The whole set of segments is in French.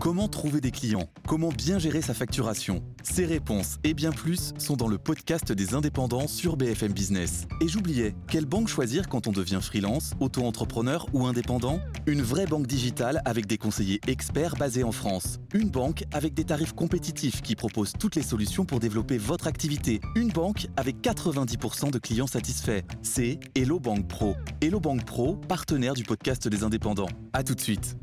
Comment trouver des clients? Comment bien gérer sa facturation? Ces réponses et bien plus sont dans le podcast des indépendants sur BFM Business. Et j'oubliais, quelle banque choisir quand on devient freelance, auto-entrepreneur ou indépendant? Une vraie banque digitale avec des conseillers experts basés en France. Une banque avec des tarifs compétitifs qui propose toutes les solutions pour développer votre activité. Une banque avec 90% de clients satisfaits. C'est Hello Bank Pro. Hello Bank Pro, partenaire du podcast des indépendants. À tout de suite.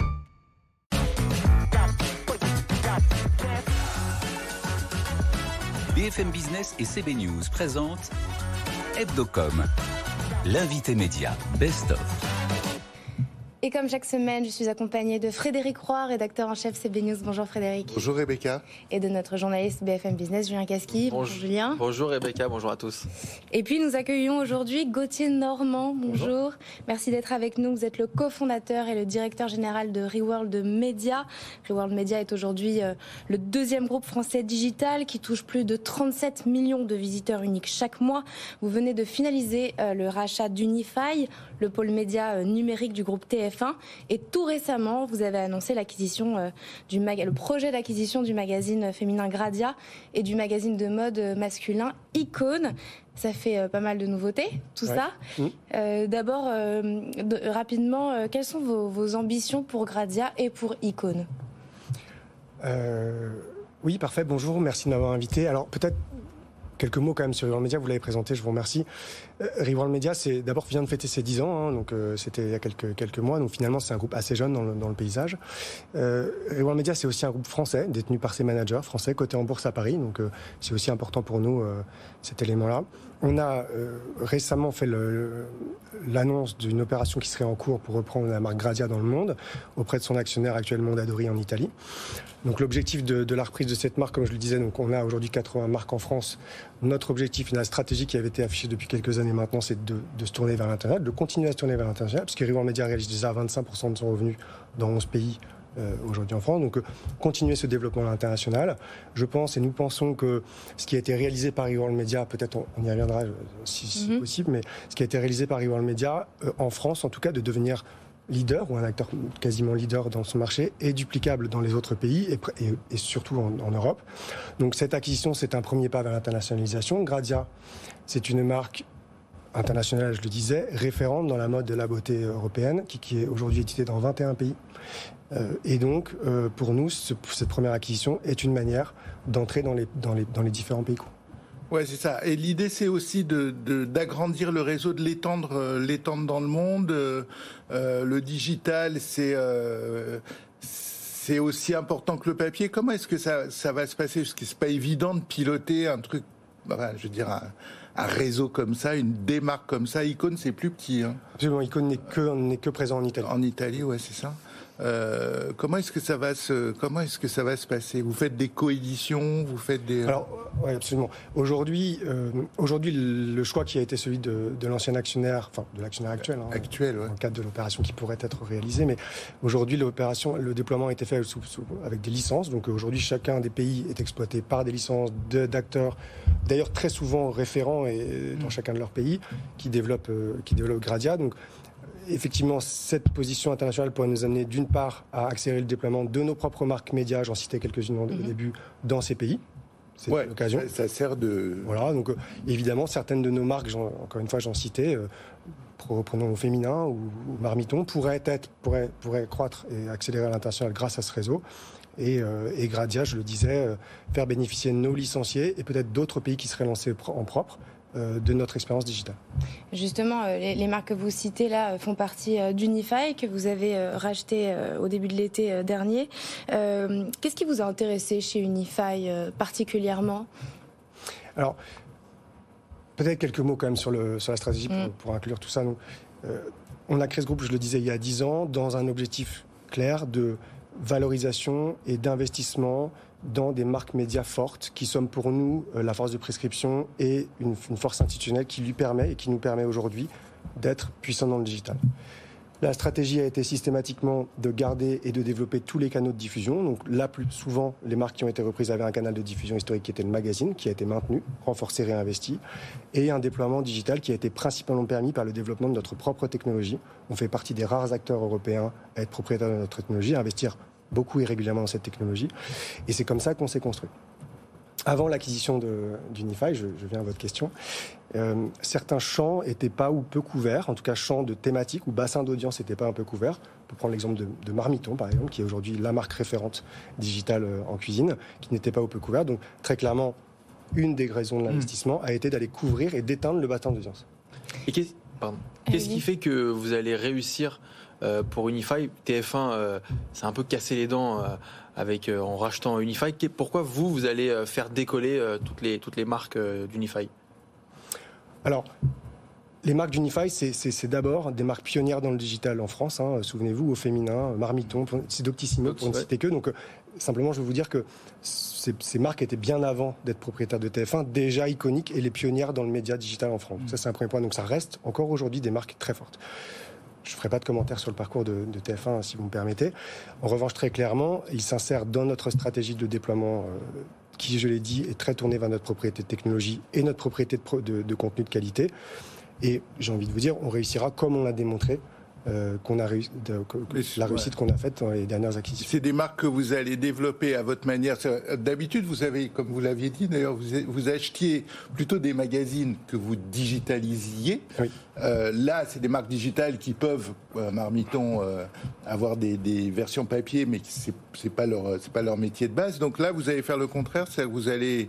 BFM Business et CB News présentent Hebdocom, l'invité média Best of. Et comme chaque semaine, je suis accompagnée de Frédéric Roy, rédacteur en chef CB News. Bonjour Frédéric. Bonjour Rebecca. Et de notre journaliste BFM Business, Julien Casqui. Bonjour Julien. Bonjour Rebecca, bonjour à tous. Et puis nous accueillons aujourd'hui Gauthier Normand. Bonjour. Merci d'être avec nous. Vous êtes le cofondateur et le directeur général de Reworld Media. Reworld Media est aujourd'hui le deuxième groupe français digital qui touche plus de 37 millions de visiteurs uniques chaque mois. Vous venez de finaliser le rachat d'Unify, le pôle média numérique du groupe TF1. Et tout récemment, vous avez annoncé l'acquisition le projet d'acquisition du magazine féminin Gradia et du magazine de mode masculin Icône. Ça fait pas mal de nouveautés, tout ça. D'abord, rapidement, quelles sont vos ambitions pour Gradia et pour Icône? Oui, parfait. Bonjour, merci de m'avoir invité. Alors peut-être quelques mots quand même sur Reworld Media, vous l'avez présenté, je vous remercie. Reworld Media, vient de fêter ses 10 ans, donc c'était il y a quelques mois, donc finalement c'est un groupe assez jeune dans le paysage. Reworld Media, c'est aussi un groupe français, détenu par ses managers français, coté en bourse à Paris, donc c'est aussi important pour nous cet élément-là. On a récemment fait l'annonce d'une opération qui serait en cours pour reprendre la marque Gradia dans le monde, auprès de son actionnaire actuel Mondadori en Italie. Donc l'objectif de la reprise de cette marque, comme je le disais, donc on a aujourd'hui 80 marques en France. Notre objectif, la stratégie qui avait été affichée depuis quelques années maintenant, c'est de se tourner vers l'international, de continuer à se tourner vers l'international, parce que Reworld Media réalise déjà 25% de son revenu dans 11 pays aujourd'hui en France. Donc continuer ce développement à l'international. Je pense et nous pensons que ce qui a été réalisé par Reworld Media, peut-être on y reviendra si possible, mais ce qui a été réalisé par Reworld Media en France, en tout cas, de devenir leader ou un acteur quasiment leader dans son marché est duplicable dans les autres pays et surtout en Europe. Donc cette acquisition, c'est un premier pas vers l'internationalisation. Gradia, c'est une marque internationale, je le disais, référente dans la mode de la beauté européenne, qui est aujourd'hui éditée dans 21 pays. Et donc, pour nous, cette première acquisition est une manière d'entrer dans les différents pays. Ouais, c'est ça. Et l'idée, c'est aussi d'agrandir le réseau, de l'étendre dans le monde. Le digital, c'est aussi important que le papier. Comment est-ce que ça va se passer? Parce que c'est pas évident de piloter un truc, je veux dire, un réseau comme ça, une démarque comme ça. Icône, c'est plus petit. Hein. Absolument. Icône n'est que présent en Italie. En Italie, ouais, c'est ça. Comment est-ce que ça va se passer? Vous faites des coéditions, vous faites des... Alors, oui, absolument. Aujourd'hui, le choix qui a été celui de l'ancien actionnaire, enfin de l'actionnaire actuel, ouais. Dans le cadre de l'opération qui pourrait être réalisée, mais aujourd'hui le déploiement a été fait avec des licences. Donc aujourd'hui, chacun des pays est exploité par des licences d'acteurs, d'ailleurs très souvent référents dans chacun de leurs pays, qui développent Gradia. Donc effectivement, cette position internationale pourrait nous amener d'une part à accélérer le déploiement de nos propres marques médias, j'en citais quelques-unes au début, dans ces pays. C'est l'occasion. Ça sert de... Voilà, donc évidemment, certaines de nos marques, encore une fois, j'en citais, prenons au féminin ou Marmiton, pourraient croître et accélérer à l'international grâce à ce réseau. Et Gradia, je le disais, faire bénéficier nos licenciés et peut-être d'autres pays qui seraient lancés en propre de notre expérience digitale. Justement, les marques que vous citez là font partie d'Unify que vous avez racheté au début de l'été dernier. Qu'est-ce qui vous a intéressé chez Unify particulièrement? Alors, peut-être quelques mots quand même sur la stratégie pour inclure tout ça. Nous, on a créé ce groupe, je le disais, il y a 10 ans, dans un objectif clair de valorisation et d'investissement dans des marques médias fortes qui sont pour nous la force de prescription et une force institutionnelle qui lui permet et qui nous permet aujourd'hui d'être puissants dans le digital. La stratégie a été systématiquement de garder et de développer tous les canaux de diffusion. Donc là, plus souvent, les marques qui ont été reprises avaient un canal de diffusion historique qui était le magazine, qui a été maintenu, renforcé, réinvesti, et un déploiement digital qui a été principalement permis par le développement de notre propre technologie. On fait partie des rares acteurs européens à être propriétaires de notre technologie, à investir beaucoup et régulièrement dans cette technologie. Et c'est comme ça qu'on s'est construit. Avant l'acquisition d'Unify, je viens à votre question, certains champs n'étaient pas ou peu couverts, en tout cas champs de thématiques ou bassins d'audience n'étaient pas un peu couverts. On peut prendre l'exemple de Marmiton, par exemple, qui est aujourd'hui la marque référente digitale en cuisine, qui n'était pas ou peu couvert. Donc très clairement, une des raisons de l'investissement a été d'aller couvrir et d'éteindre le bassin d'audience. Et qu'est-ce qui fait que vous allez réussir pour Unify? TF1 s'est un peu cassé les dents en rachetant Unify. Pourquoi vous allez faire décoller toutes les marques d'Unify? Alors, les marques d'Unify, c'est d'abord des marques pionnières dans le digital en France. Souvenez-vous, au féminin, Marmiton, c'est Doctissimo, pour ne citer que. Donc, simplement, je veux vous dire que ces marques étaient bien avant d'être propriétaires de TF1, déjà iconiques et les pionnières dans le média digital en France. Ça, c'est un premier point. Donc, ça reste encore aujourd'hui des marques très fortes. Je ne ferai pas de commentaires sur le parcours de TF1, si vous me permettez. En revanche, très clairement, il s'insère dans notre stratégie de déploiement qui, je l'ai dit, est très tournée vers notre propriété de technologie et notre propriété de contenu de qualité. Et j'ai envie de vous dire, on réussira comme on l'a démontré, la réussite qu'on a faite dans les dernières acquisitions. C'est des marques que vous allez développer à votre manière. D'habitude, vous avez, comme vous l'aviez dit d'ailleurs, vous achetiez plutôt des magazines que vous digitalissiez. Oui. Là, c'est des marques digitales qui peuvent, Marmiton, avoir des versions papier, mais c'est pas leur métier de base. Donc là, vous allez faire le contraire, c'est-à-dire que vous allez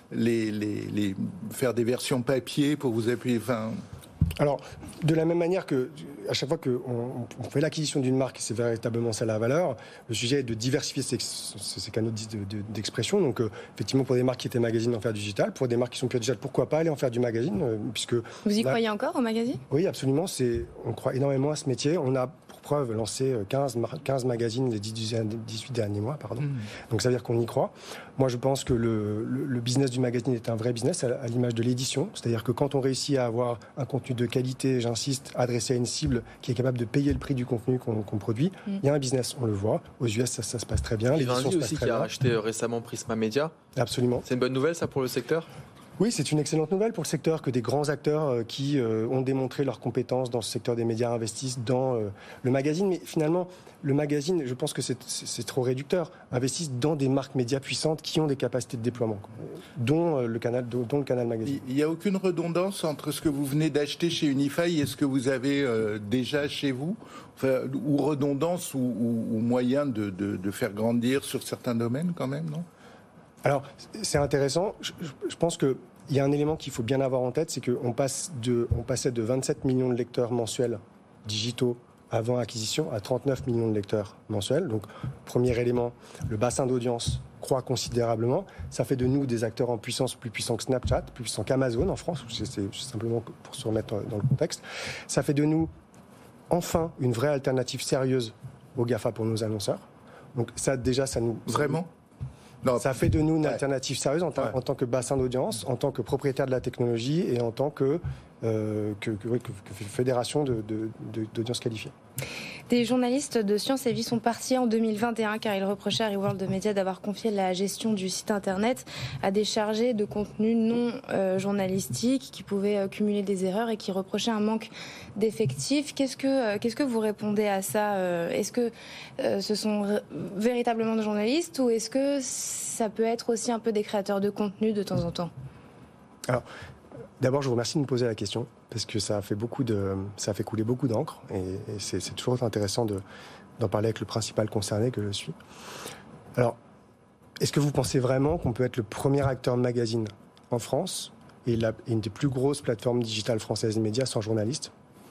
les faire des versions papier pour vous appuyer. Alors, de la même manière que à chaque fois qu'on fait l'acquisition d'une marque, c'est véritablement ça la valeur. Le sujet est de diversifier ces canaux d'expression. Donc, effectivement, pour des marques qui étaient magazines, en faire du digital. Pour des marques qui sont pure digital, pourquoi pas aller en faire du magazine, puisque vous y croyez encore au magazine? Oui, absolument. On croit énormément à ce métier. On a pour preuve lancé 15 magazines les 18 derniers mois. Donc, ça veut dire qu'on y croit. Moi, je pense que le business du magazine est un vrai business à l'image de l'édition. C'est-à-dire que quand on réussit à avoir un contenu de qualité, j'insiste, adressé à une cible qui est capable de payer le prix du contenu qu'on produit, il y a un business, on le voit. Aux US, ça se passe très bien. L'édition se passe aussi très bien. Qui a racheté récemment Prisma Media. Absolument. C'est une bonne nouvelle, ça, pour le secteur? Oui, c'est une excellente nouvelle pour le secteur que des grands acteurs qui ont démontré leurs compétences dans ce secteur des médias investissent dans le magazine. Mais finalement, le magazine, je pense que c'est trop réducteur, investissent dans des marques médias puissantes qui ont des capacités de déploiement, dont le canal magazine. Il n'y a aucune redondance entre ce que vous venez d'acheter chez Unify et ce que vous avez déjà chez vous, ou redondance ou moyen de faire grandir sur certains domaines quand même, non? Alors, c'est intéressant. Je pense qu'il y a un élément qu'il faut bien avoir en tête, c'est qu'on passait de 27 millions de lecteurs mensuels digitaux avant acquisition à 39 millions de lecteurs mensuels. Donc, premier élément, le bassin d'audience croît considérablement. Ça fait de nous des acteurs en puissance plus puissants que Snapchat, plus puissants qu'Amazon en France. C'est simplement pour se remettre dans le contexte. Ça fait de nous, enfin, une vraie alternative sérieuse aux GAFA pour nos annonceurs. Donc, ça, déjà, ça nous... Vraiment ? Non. Ça fait de nous une alternative sérieuse en tant que bassin d'audience, en tant que propriétaire de la technologie et en tant que fédération d'audience qualifiée. Des journalistes de Science et Vie sont partis en 2021 car ils reprochaient à Reworld Media d'avoir confié la gestion du site internet à des chargés de contenu non journalistique qui pouvaient cumuler des erreurs et qui reprochaient un manque d'effectifs. Qu'est-ce que vous répondez à ça? Est-ce que ce sont véritablement des journalistes ou est-ce que ça peut être aussi un peu des créateurs de contenu de temps en temps? Alors, d'abord, je vous remercie de me poser la question parce que ça a fait couler beaucoup d'encre et c'est toujours intéressant d'en parler avec le principal concerné que je suis. Alors, est-ce que vous pensez vraiment qu'on peut être le premier acteur de magazine en France et une des plus grosses plateformes digitales françaises de médias sans journalistes?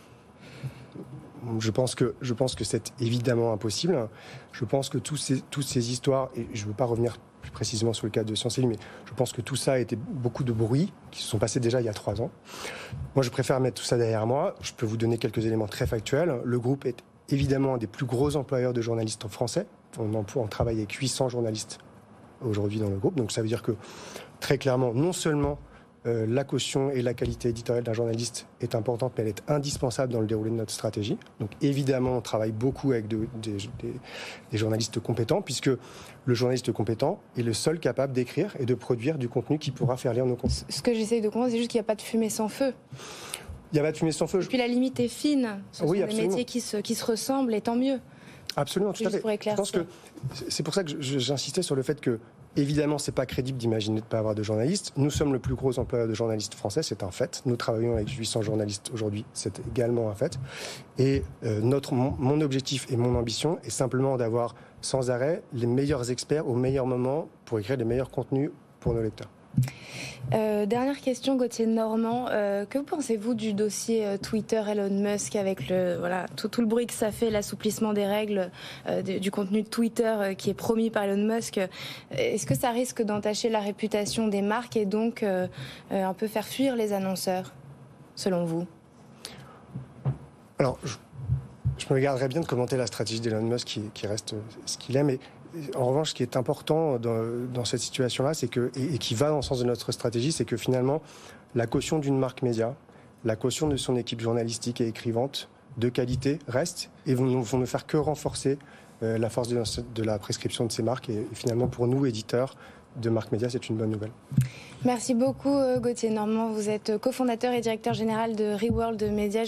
Je pense que c'est évidemment impossible. Je pense que toutes ces histoires, et je ne veux pas revenir plus précisément sur le cas de Science et Vie, mais je pense que tout ça a été beaucoup de bruit qui se sont passés déjà il y a 3 ans. Moi, je préfère mettre tout ça derrière moi. Je peux vous donner quelques éléments très factuels. Le groupe est évidemment un des plus gros employeurs de journalistes français. On travaille avec 800 journalistes aujourd'hui dans le groupe. Donc ça veut dire que, très clairement, non seulement la caution et la qualité éditoriale d'un journaliste est importante, mais elle est indispensable dans le déroulé de notre stratégie. Donc évidemment, on travaille beaucoup avec des journalistes compétents, puisque le journaliste compétent est le seul capable d'écrire et de produire du contenu qui pourra faire lire nos contenus. Ce que j'essaye de comprendre, c'est juste qu'il n'y a pas de fumée sans feu. Il n'y a pas de fumée sans feu. Et puis la limite est fine. Ce sont des métiers qui se ressemblent, et tant mieux. Absolument, tout à fait. Je pense que c'est pour ça que j'insistais sur le fait que, évidemment, c'est pas crédible d'imaginer de ne pas avoir de journalistes. Nous sommes le plus gros employeur de journalistes français, c'est un fait. Nous travaillons avec 800 journalistes aujourd'hui, c'est également un fait. Et mon objectif et mon ambition est simplement d'avoir sans arrêt les meilleurs experts au meilleur moment pour écrire les meilleurs contenus pour nos lecteurs. Dernière question, Gauthier Normand. Que pensez-vous du dossier Twitter Elon Musk avec tout le bruit que ça fait, l'assouplissement des règles du contenu de Twitter qui est promis par Elon Musk? Est-ce que ça risque d'entacher la réputation des marques et donc un peu faire fuir les annonceurs, selon vous? Alors, je me garderais bien de commenter la stratégie d'Elon Musk qui reste ce qu'il est, mais en revanche, ce qui est important dans cette situation-là, c'est que, et qui va dans le sens de notre stratégie, c'est que finalement, la caution d'une marque média, la caution de son équipe journalistique et écrivante de qualité reste et vont ne faire que renforcer la force de la prescription de ces marques. Et finalement, pour nous, éditeurs de marques médias, c'est une bonne nouvelle. Merci beaucoup, Gauthier Normand. Vous êtes cofondateur et directeur général de Reworld Media.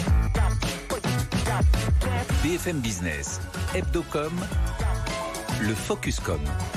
BFM Business, Hebdocom, le Focuscom.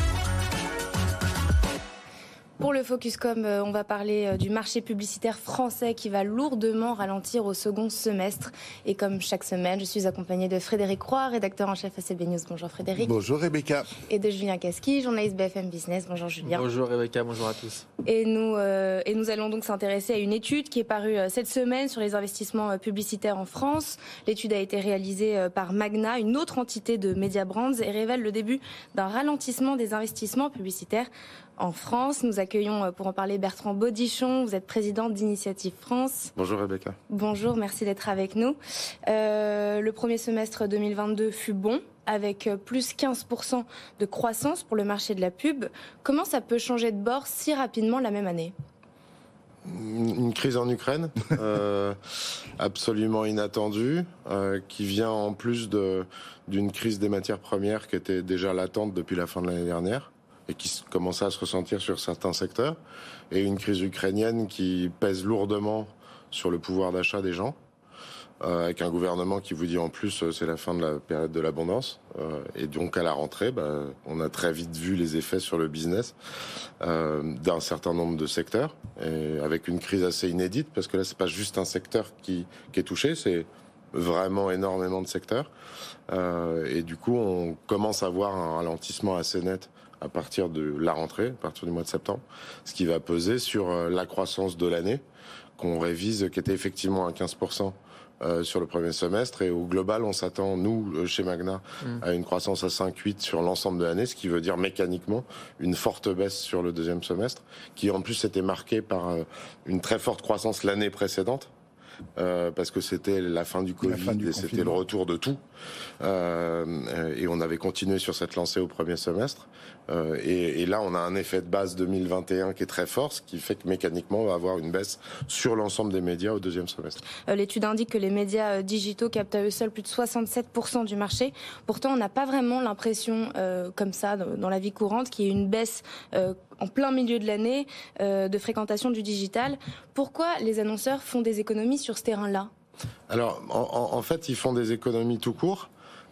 Pour le Focuscom, on va parler du marché publicitaire français qui va lourdement ralentir au second semestre. Et comme chaque semaine, je suis accompagnée de Frédéric Roy, rédacteur en chef à CB News. Bonjour Frédéric. Bonjour Rebecca. Et de Julien Casqui, journaliste BFM Business. Bonjour Julien. Bonjour Rebecca, bonjour à tous. Et nous allons donc s'intéresser à une étude qui est parue cette semaine sur les investissements publicitaires en France. L'étude a été réalisée par Magna, une autre entité de Media Brands, et révèle le début d'un ralentissement des investissements publicitaires en France. Nous accueillons pour en parler Bertrand Baudichon, vous êtes président d'Initiative France. Bonjour Rebecca. Bonjour, merci d'être avec nous. Le premier semestre 2022 fut bon, avec plus 15% de croissance pour le marché de la pub. Comment ça peut changer de bord si rapidement la même année ? Une crise en Ukraine, absolument inattendue, qui vient en plus d'une crise des matières premières qui était déjà latente depuis la fin de l'année dernière et qui commençait à se ressentir sur certains secteurs, et une crise ukrainienne qui pèse lourdement sur le pouvoir d'achat des gens, avec un gouvernement qui vous dit en plus c'est la fin de la période de l'abondance, et donc à la rentrée, on a très vite vu les effets sur le business d'un certain nombre de secteurs, et avec une crise assez inédite, parce que là c'est pas juste un secteur qui est touché, c'est vraiment énormément de secteurs, et du coup on commence à voir un ralentissement assez net à partir de la rentrée, à partir du mois de septembre, ce qui va peser sur la croissance de l'année, qu'on révise, qui était effectivement à 15% sur le premier semestre, et au global, on s'attend, nous, chez Magna, à une croissance à 5,8 sur l'ensemble de l'année, ce qui veut dire mécaniquement une forte baisse sur le deuxième semestre, qui en plus était marquée par une très forte croissance l'année précédente, parce que c'était la fin du Covid et c'était le retour de tout, et on avait continué sur cette lancée au premier semestre, et là on a un effet de base 2021 qui est très fort, ce qui fait que mécaniquement on va avoir une baisse sur l'ensemble des médias au deuxième semestre. L'étude indique que les médias digitaux captent à eux seuls plus de 67% du marché. Pourtant on n'a pas vraiment l'impression comme ça dans la vie courante qu'il y ait une baisse en plein milieu de l'année de fréquentation du digital. Pourquoi les annonceurs font des économies sur ce terrain-là ? Alors, en fait, ils font des économies tout court.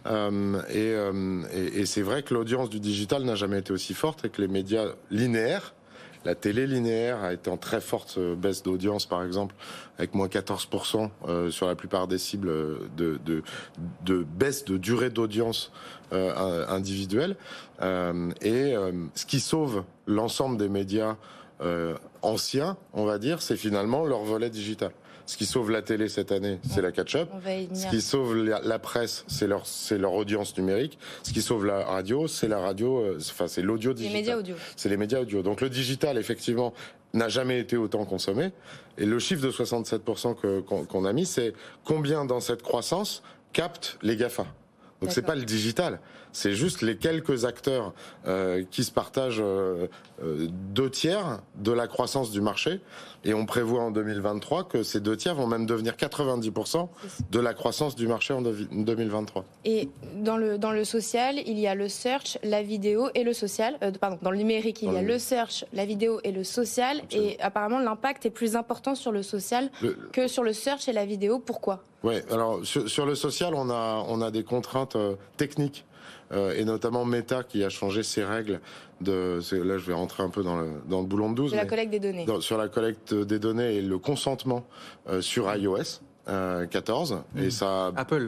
Et c'est vrai que l'audience du digital n'a jamais été aussi forte, et que les médias linéaires, la télé linéaire a été en très forte baisse d'audience, par exemple, avec moins 14% sur la plupart des cibles de baisse de durée d'audience individuelle. Ce qui sauve l'ensemble des médias anciens, on va dire, c'est finalement leur volet digital. Ce qui sauve la télé cette année, c'est la catch-up. Ce qui sauve la presse, c'est leur audience numérique. Ce qui sauve la radio, c'est la radio, c'est l'audio digital. Les médias audio. C'est les médias audio. Donc le digital, effectivement, n'a jamais été autant consommé. Et le chiffre de 67% qu'on a mis, c'est combien dans cette croissance captent les GAFA. Donc c'est pas le digital, c'est juste les quelques acteurs qui se partagent 2/3 de la croissance du marché, et on prévoit en 2023 que ces 2/3 vont même devenir 90% de la croissance du marché en 2023. Et dans le social, il y a le search, la vidéo et le social. Dans le numérique, il y a le search, la vidéo et le social. Absolument. Et apparemment, l'impact est plus important sur le social que sur le search et la vidéo. Pourquoi ? Oui, alors sur le social, on a des contraintes techniques. Et notamment Meta qui a changé ses règles là je vais rentrer un peu dans le boulon de 12. De la collecte des données. Sur la collecte des données et le consentement sur iOS 14. Et ça... Apple,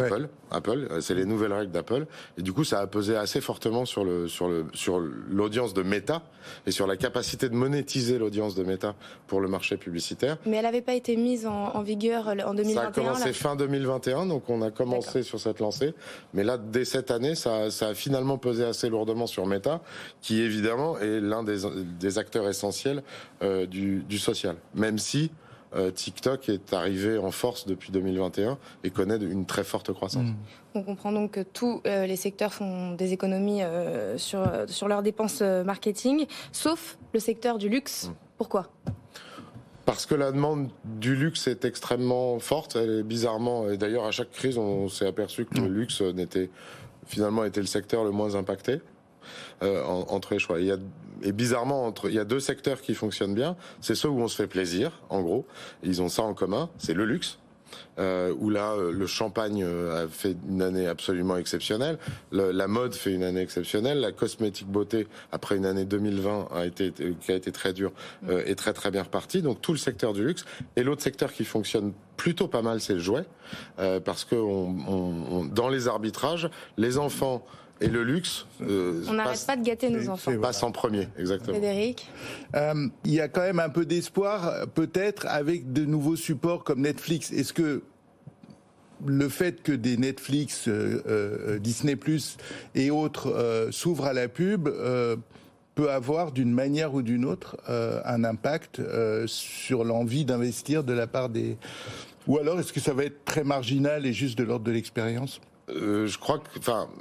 c'est les nouvelles règles d'Apple. Et du coup, ça a pesé assez fortement sur l'audience de Meta et sur la capacité de monétiser l'audience de Meta pour le marché publicitaire. Mais elle n'avait pas été mise en vigueur en 2021. Ça a commencé fin 2021, donc on a commencé sur cette lancée. Mais là, dès cette année, ça a finalement pesé assez lourdement sur Meta, qui évidemment est l'un des acteurs essentiels du social. Même si TikTok est arrivé en force depuis 2021 et connaît une très forte croissance. On comprend donc que tous les secteurs font des économies sur leurs dépenses marketing, sauf le secteur du luxe. Pourquoi ? Parce que la demande du luxe est extrêmement forte. Elle est bizarrement, et d'ailleurs à chaque crise, on s'est aperçu que le luxe finalement était le secteur le moins impacté. Entre les choix. Et bizarrement, il y a deux secteurs qui fonctionnent bien. C'est ceux où on se fait plaisir, en gros. Ils ont ça en commun. C'est le luxe, où là, le champagne a fait une année absolument exceptionnelle. La mode fait une année exceptionnelle. La cosmétique beauté, après une année 2020, qui a été très dure, est très très bien repartie. Donc tout le secteur du luxe. Et l'autre secteur qui fonctionne plutôt pas mal, c'est le jouet. Parce que dans les arbitrages, les enfants... Et le luxe... on n'arrête pas de gâter nos enfants. Passe en premier, exactement. Frédéric ? Il y a quand même un peu d'espoir, peut-être, avec de nouveaux supports comme Netflix. Est-ce que le fait que des Netflix, Disney+, et autres s'ouvrent à la pub peut avoir, d'une manière ou d'une autre, un impact sur l'envie d'investir de la part des... Ou alors, est-ce que ça va être très marginal et juste de l'ordre de l'expérience ? Je crois que...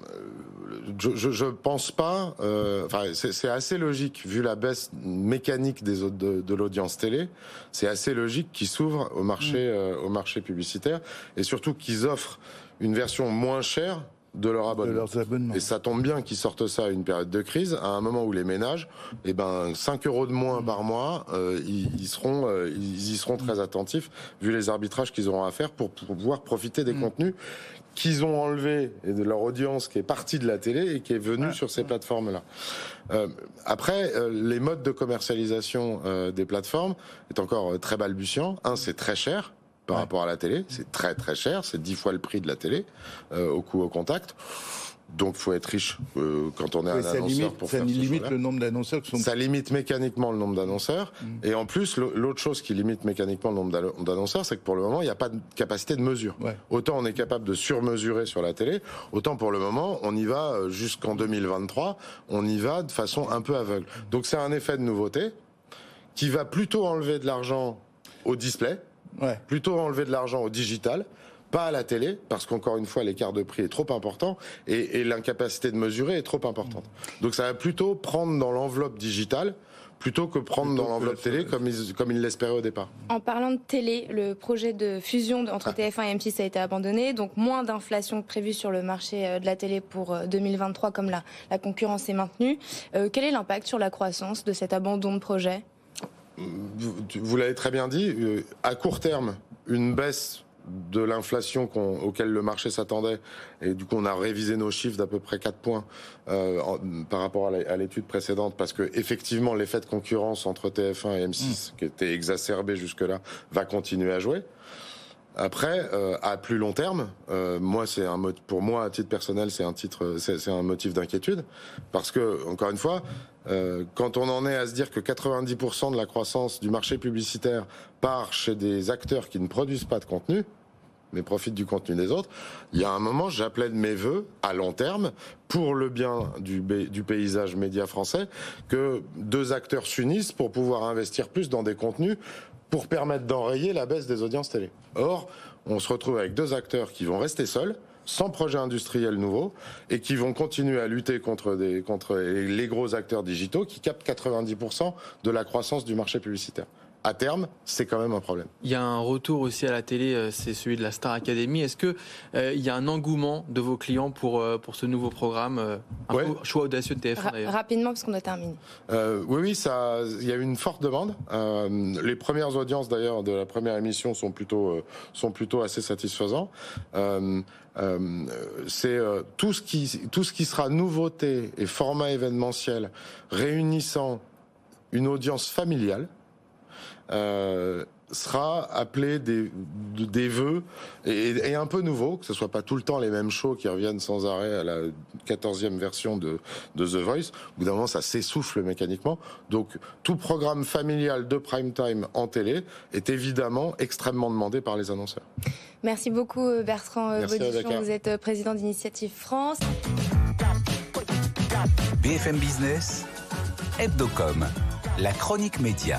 Je pense pas. C'est assez logique vu la baisse mécanique de l'audience télé. C'est assez logique qu'ils s'ouvrent au marché publicitaire et surtout qu'ils offrent une version moins chère de leur abonnement. De leurs abonnements. Et ça tombe bien qu'ils sortent ça à une période de crise, à un moment où les ménages, 5 € de moins par mois, ils y seront très attentifs vu les arbitrages qu'ils auront à faire pour pouvoir profiter des contenus qu'ils ont enlevés et de leur audience qui est partie de la télé et qui est venue sur ces plateformes-là. Après, les modes de commercialisation des plateformes est encore très balbutiant. C'est très cher par rapport à la télé. C'est très très cher. C'est 10 fois le prix de la télé au coût au contact. Donc, faut être riche quand on est un annonceur pour faire ce choix-là. Ça limite le nombre d'annonceurs qui sont... Ça limite mécaniquement le nombre d'annonceurs. Et en plus, l'autre chose qui limite mécaniquement le nombre d'annonceurs, c'est que pour le moment, il n'y a pas de capacité de mesure. Autant on est capable de surmesurer sur la télé, autant pour le moment, on y va jusqu'en 2023, on y va de façon un peu aveugle. Donc, c'est un effet de nouveauté qui va plutôt enlever de l'argent au display, plutôt enlever de l'argent au digital, pas à la télé, parce qu'encore une fois, l'écart de prix est trop important et l'incapacité de mesurer est trop importante. Donc ça va plutôt prendre dans l'enveloppe digitale plutôt que prendre dans l'enveloppe télé comme ils l'espéraient au départ. En parlant de télé, le projet de fusion entre TF1 et M6 a été abandonné, donc moins d'inflation prévue sur le marché de la télé pour 2023 comme la concurrence est maintenue. Quel est l'impact sur la croissance de cet abandon de projet ? Vous l'avez très bien dit, à court terme, une baisse de l'inflation auquel le marché s'attendait, et du coup on a révisé nos chiffres d'à peu près 4 points par rapport à l'étude précédente, parce que effectivement l'effet de concurrence entre TF1 et M6 qui était exacerbé jusque-là va continuer à jouer. Après, à plus long terme, pour moi à titre personnel, c'est un motif d'inquiétude, parce que encore une fois, quand on en est à se dire que 90% de la croissance du marché publicitaire part chez des acteurs qui ne produisent pas de contenu, mais profitent du contenu des autres, il y a un moment, j'appelais de mes vœux, à long terme, pour le bien du paysage média français, que deux acteurs s'unissent pour pouvoir investir plus dans des contenus pour permettre d'enrayer la baisse des audiences télé. Or, on se retrouve avec deux acteurs qui vont rester seuls, sans projet industriel nouveau, et qui vont continuer à lutter contre les gros acteurs digitaux qui captent 90% de la croissance du marché publicitaire. à terme, c'est quand même un problème. Il y a un retour aussi à la télé, c'est celui de la Star Academy. Est-ce que il y a un engouement de vos clients pour ce nouveau programme, choix audacieux de TF1 d'ailleurs? Rapidement, parce qu'on a terminé. Oui, il y a eu une forte demande. Les premières audiences d'ailleurs de la première émission sont plutôt assez satisfaisantes. C'est tout ce qui sera nouveauté et format événementiel réunissant une audience familiale. Sera appelé des vœux et un peu nouveau, que ce soit pas tout le temps les mêmes shows qui reviennent sans arrêt à la 14e version de The Voice. Au bout d'un moment, ça s'essouffle mécaniquement. Donc, tout programme familial de prime time en télé est évidemment extrêmement demandé par les annonceurs. Merci beaucoup Bertrand Bodichon, vous êtes président d'Initiative France. BFM Business, Hebdocom, la chronique média.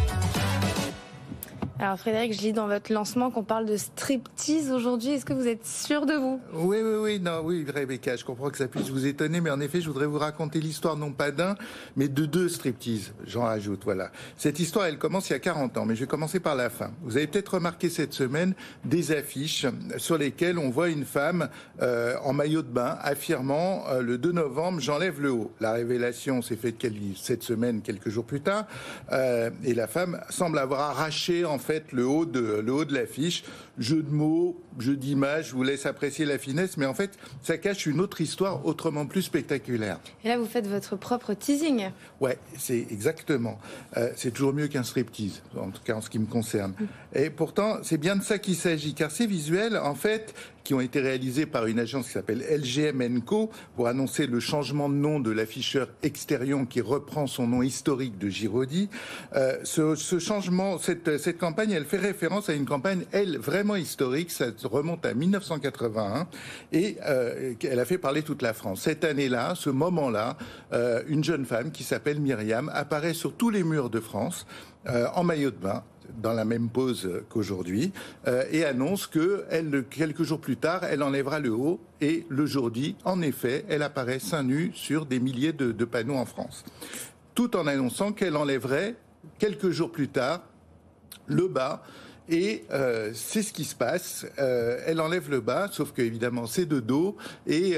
Alors Frédéric, je lis dans votre lancement qu'on parle de striptease aujourd'hui. Est-ce que vous êtes sûr de vous ? Oui, Rebecca, je comprends que ça puisse vous étonner, mais en effet, je voudrais vous raconter l'histoire non pas d'un, mais de 2 striptease. J'en rajoute, voilà. Cette histoire, elle commence il y a 40 ans, mais je vais commencer par la fin. Vous avez peut-être remarqué cette semaine des affiches sur lesquelles on voit une femme en maillot de bain affirmant le 2 novembre, j'enlève le haut. La révélation s'est faite cette semaine, quelques jours plus tard, et la femme semble avoir arraché en fait le haut de l'affiche. Jeu de mots, jeu d'images, je vous laisse apprécier la finesse, mais en fait, ça cache une autre histoire autrement plus spectaculaire. Et là, vous faites votre propre teasing. Ouais, c'est exactement. C'est toujours mieux qu'un striptease, en tout cas en ce qui me concerne. Et pourtant, c'est bien de ça qu'il s'agit, car ces visuels, en fait, qui ont été réalisés par une agence qui s'appelle LGM & Co. pour annoncer le changement de nom de l'afficheur Exterion qui reprend son nom historique de Giraudy. Ce changement, cette campagne, elle fait référence à une campagne, elle, vraiment historique. Ça remonte à 1981 et elle a fait parler toute la France. Cette année-là, ce moment-là, une jeune femme qui s'appelle Myriam apparaît sur tous les murs de France en maillot de bain, dans la même pose qu'aujourd'hui, et annonce que quelques jours plus tard, elle enlèvera le haut, et le jour dit, en effet, elle apparaît seins nus sur des milliers de panneaux en France. Tout en annonçant qu'elle enlèverait, quelques jours plus tard, le bas, et c'est ce qui se passe. Elle enlève le bas, sauf que évidemment c'est de dos, et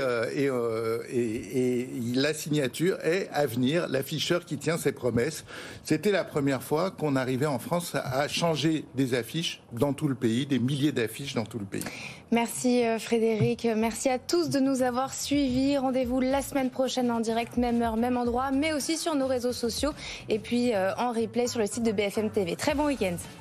la signature est Avenir, l'afficheur qui tient ses promesses. C'était la première fois qu'on arrivait en France à changer des affiches dans tout le pays, des milliers d'affiches dans tout le pays. Merci Frédéric, merci à tous de nous avoir suivis. Rendez-vous la semaine prochaine en direct, même heure, même endroit, mais aussi sur nos réseaux sociaux et puis en replay sur le site de BFM TV. Très bon week-end.